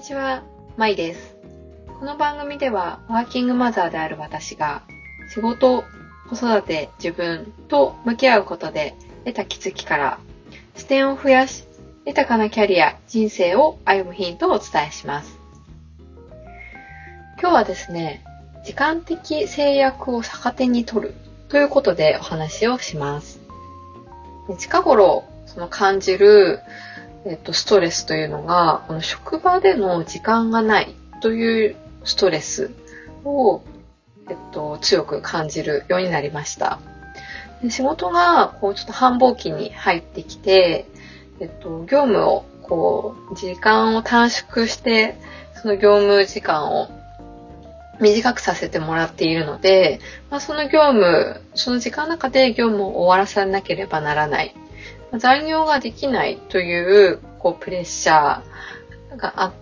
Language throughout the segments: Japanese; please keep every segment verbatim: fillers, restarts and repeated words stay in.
ちは、まいです。この番組ではワーキングマザーである私が仕事、子育て、自分と向き合うことで得た気づきから視点を増やし、豊かなキャリア、人生を歩むヒントをお伝えします。今日はですね、時間的制約を逆手に取るということでお話をします。近頃その感じるえっと、ストレスというのが、この職場での時間がないというストレスを、えっと、強く感じるようになりました。で、仕事がこうちょっと繁忙期に入ってきて、えっと、業務をこう時間を短縮して、その業務時間を短くさせてもらっているので、まあ、その業務、その時間の中で業務を終わらせなければならない。残業ができないという、こうプレッシャーがあって、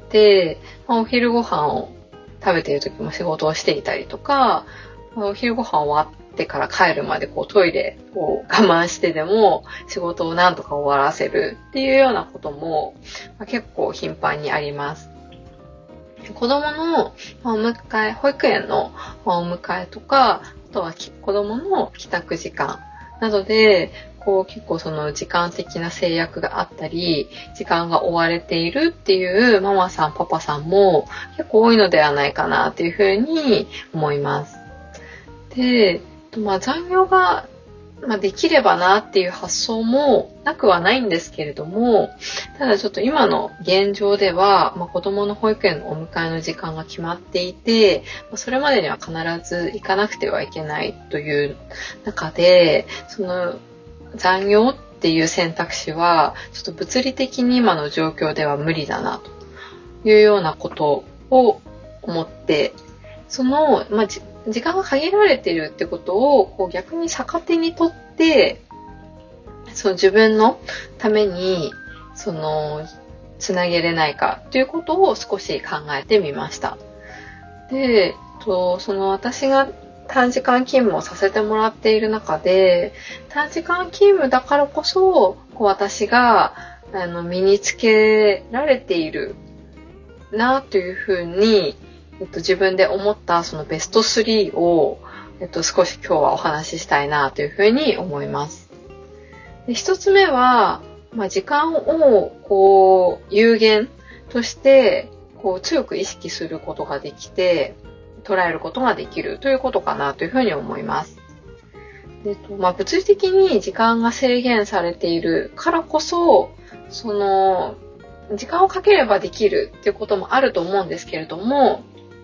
まあ、お昼ご飯を食べている時も仕事をしていたりとか、お昼ご飯終わってから帰るまでこうトイレを我慢してでも仕事をなんとか終わらせるっていうようなことも、まあ、結構頻繁にあります。子供のお迎え、保育園のお迎えとか、あとは子供の帰宅時間などで、こう結構その時間的な制約があったり、時間が追われているっていうママさん、パパさんも結構多いのではないかなというふうに思います。で、まあ、残業がまあ、できればなっていう発想もなくはないんですけれども、ただちょっと今の現状では、まあ、子供の保育園のお迎えの時間が決まっていて、それまでには必ず行かなくてはいけないという中で、その残業っていう選択肢は、ちょっと物理的に今の状況では無理だなというようなことを思って、その、まあ、時間が限られているってことをこう逆に逆手にとって、その自分のためにそのつなげれないかということを少し考えてみました。で、とその私が短時間勤務をさせてもらっている中で、短時間勤務だからこそこう私があの身につけられているなというふうにえっと、自分で思ったそのベストスリーを、えっと、少し今日はお話ししたいなというふうに思います。で、一つ目は、まあ、時間をこう有限としてこう強く意識することができて捉えることができるということかなというふうに思います。で、まあ、物理的に時間が制限されているからこそ、その時間をかければできるっていうこともあると思うんですけれども、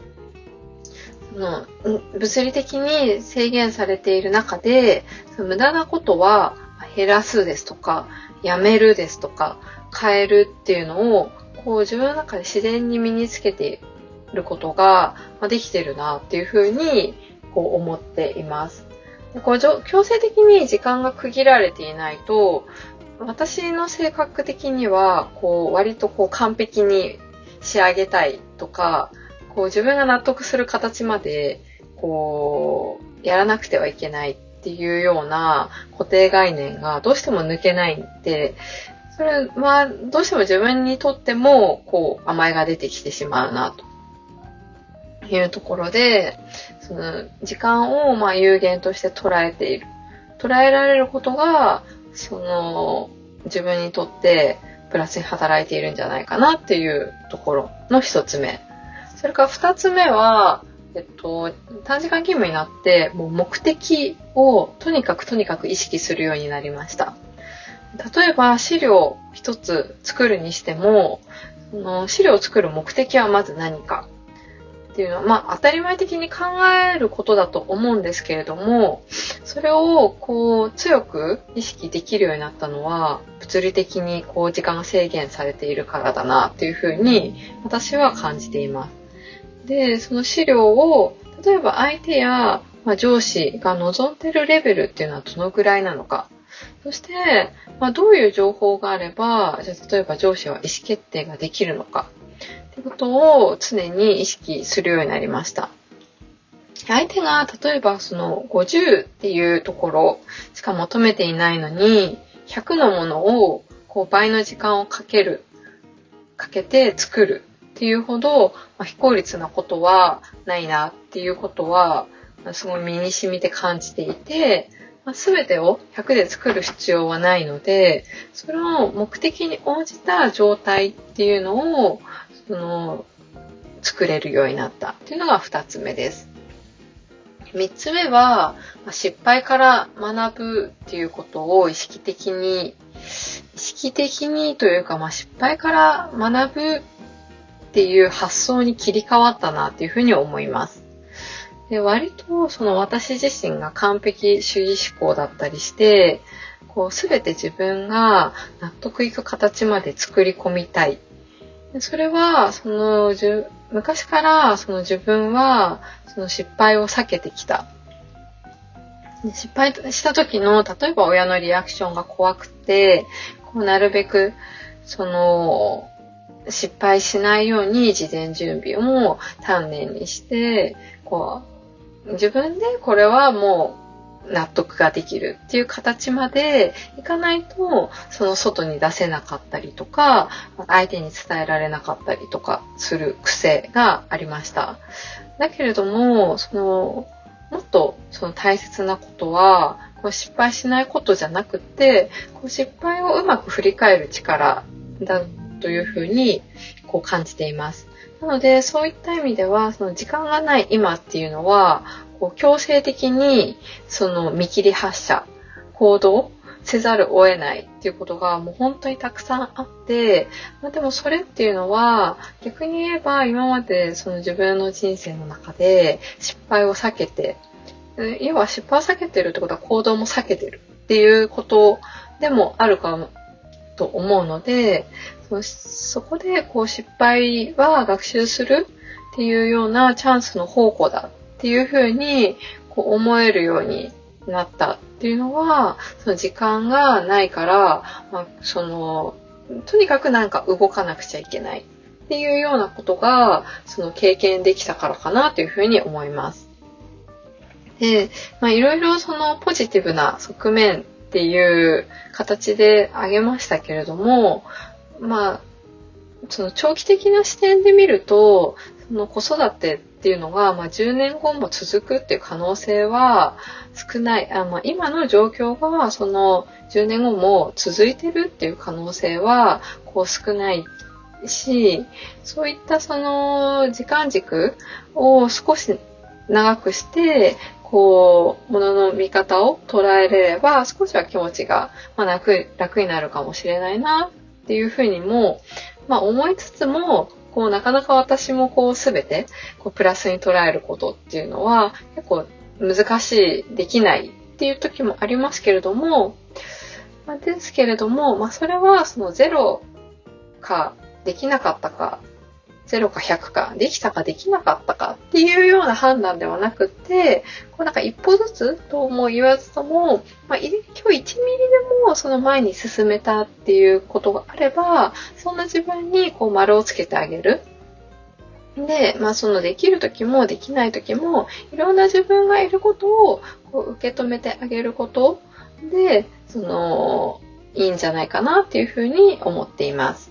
の物理的に制限されている中で、その無駄なことは減らすですとか、やめるですとか、変えるっていうのをこう自分の中で自然に身につけていることができてるなっていうふうにこう思っています。でこう強制的に時間が区切られていないと、私の性格的にはこう割とこう完璧に仕上げたいとか、こう自分が納得する形までこうやらなくてはいけないっていうような固定概念がどうしても抜けないんで、それはどうしても自分にとってもこう甘えが出てきてしまうなというところで、その時間をまあ有限として捉えている捉えられることがその自分にとってプラスに働いているんじゃないかなっていうところの一つ目。それから二つ目は、えっと、短時間勤務になって、もう目的をとにかくとにかく意識するようになりました。例えば、資料一つ作るにしても、その資料を作る目的はまず何かっていうのは、まあ、当たり前的に考えることだと思うんですけれども、それをこう強く意識できるようになったのは、物理的にこう時間が制限されているからだなっていうふうに私は感じています。で、その資料を、例えば相手や、まあ、上司が望んでるレベルっていうのはどのぐらいなのか。そして、まあ、どういう情報があれば、じゃあ例えば上司は意思決定ができるのか。ってことを常に意識するようになりました。相手が例えばそのごじゅうっていうところしか求めていないのに、ひゃくのものをこう倍の時間をかける、かけて作るっっていうほど、まあ、非効率なことはないなっていうことは、すごい身に染みて感じていて、まあ、全てをひゃくで作る必要はないので、その目的に応じた状態っていうのを、その、作れるようになったっていうのが二つ目です。三つ目は、失敗から学ぶっていうことを意識的に、意識的にというか、まあ、失敗から学ぶっていう発想に切り替わったなっていうふうに思います。で、割とその私自身が完璧主義思考だったりして、こうすべて自分が納得いく形まで作り込みたい。でそれはその昔からその自分はその失敗を避けてきた。で失敗した時の例えば親のリアクションが怖くて、こうなるべくその失敗しないように事前準備を丹念にして、こう自分でこれはもう納得ができるっていう形までいかないと、その外に出せなかったりとか、相手に伝えられなかったりとかする癖がありました。だけれども、そのもっとその大切なことは、こう失敗しないことじゃなくて、こう失敗をうまく振り返る力だというふうにこう感じています。なので、そういった意味では、その時間がない今っていうのは、こう強制的にその見切り発車、行動せざるを得ないっていうことがもう本当にたくさんあって、まあ、でもそれっていうのは逆に言えば今までその自分の人生の中で失敗を避けて、要は失敗を避けてるってことは行動も避けてるっていうことでもあるかもと思うので、そ, そこでこう失敗は学習するっていうようなチャンスの宝庫だっていうふうにこう思えるようになったっていうのは、その時間がないから、まあ、そのとにかくなんか動かなくちゃいけないっていうようなことがその経験できたからかなというふうに思います。で、まあいろいろそのポジティブな側面っていう形で挙げましたけれども、まあその長期的な視点で見ると、その子育てっていうのが、まあ、じゅうねんごも続くっていう可能性は少ない。あまあ、今の状況がそのじゅうねんごも続いてるっていう可能性はこう少ないし、そういったその時間軸を少し長くして、こう、ものの見方を捉えれれば少しは気持ちが、まあ、楽、楽になるかもしれないなっていうふうにも、まあ思いつつも、こうなかなか私もこうすべてこうプラスに捉えることっていうのは結構難しい、できないっていう時もありますけれども、まあ、ですけれども、まあそれはそのゼロかできなかったか、ゼロかひゃくか、できたかできなかったかっていうような判断ではなくて、こうなんか一歩ずつとも言わずとも、まあ、今日いちミリでもその前に進めたっていうことがあれば、そんな自分にこう丸をつけてあげる。で、まあそのできる時もできない時も、いろんな自分がいることをこう受け止めてあげることで、その、いいんじゃないかなっていうふうに思っています。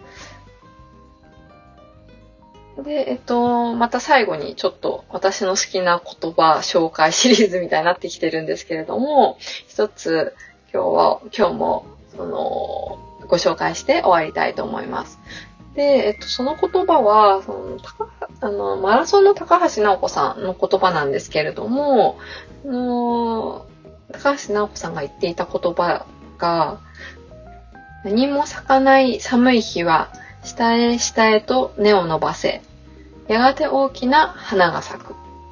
で、えっと、また最後にちょっと私の好きな言葉紹介シリーズみたいになってきてるんですけれども、一つ今日は、今日も、その、ご紹介して終わりたいと思います。で、えっと、その言葉は、その、高あの、マラソンの高橋直子さんの言葉なんですけれども、あの、高橋直子さんが言っていた言葉が、何も咲かない寒い日は、下へ下へと根を伸ばせ。やがて大きな花が咲く。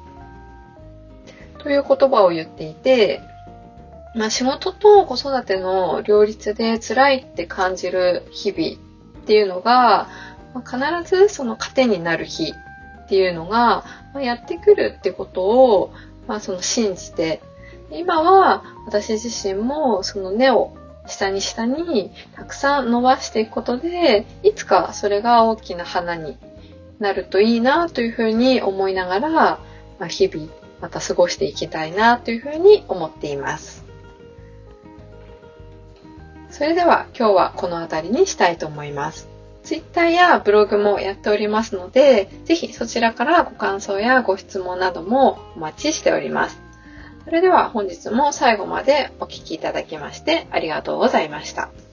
という言葉を言っていて、まあ、仕事と子育ての両立で辛いって感じる日々っていうのが、まあ、必ずその糧になる日っていうのが、まあ、やってくるってことを、まあ、その信じて、今は私自身もその根を下に下にたくさん伸ばしていくことで、いつかそれが大きな花になるといいなというふうに思いながら、まあ、日々また過ごしていきたいなというふうに思っています。それでは今日はこの辺りにしたいと思います。 Twitter やブログもやっておりますので、ぜひそちらからご感想やご質問などもお待ちしております。それでは本日も最後までお聞きいただきましてありがとうございました。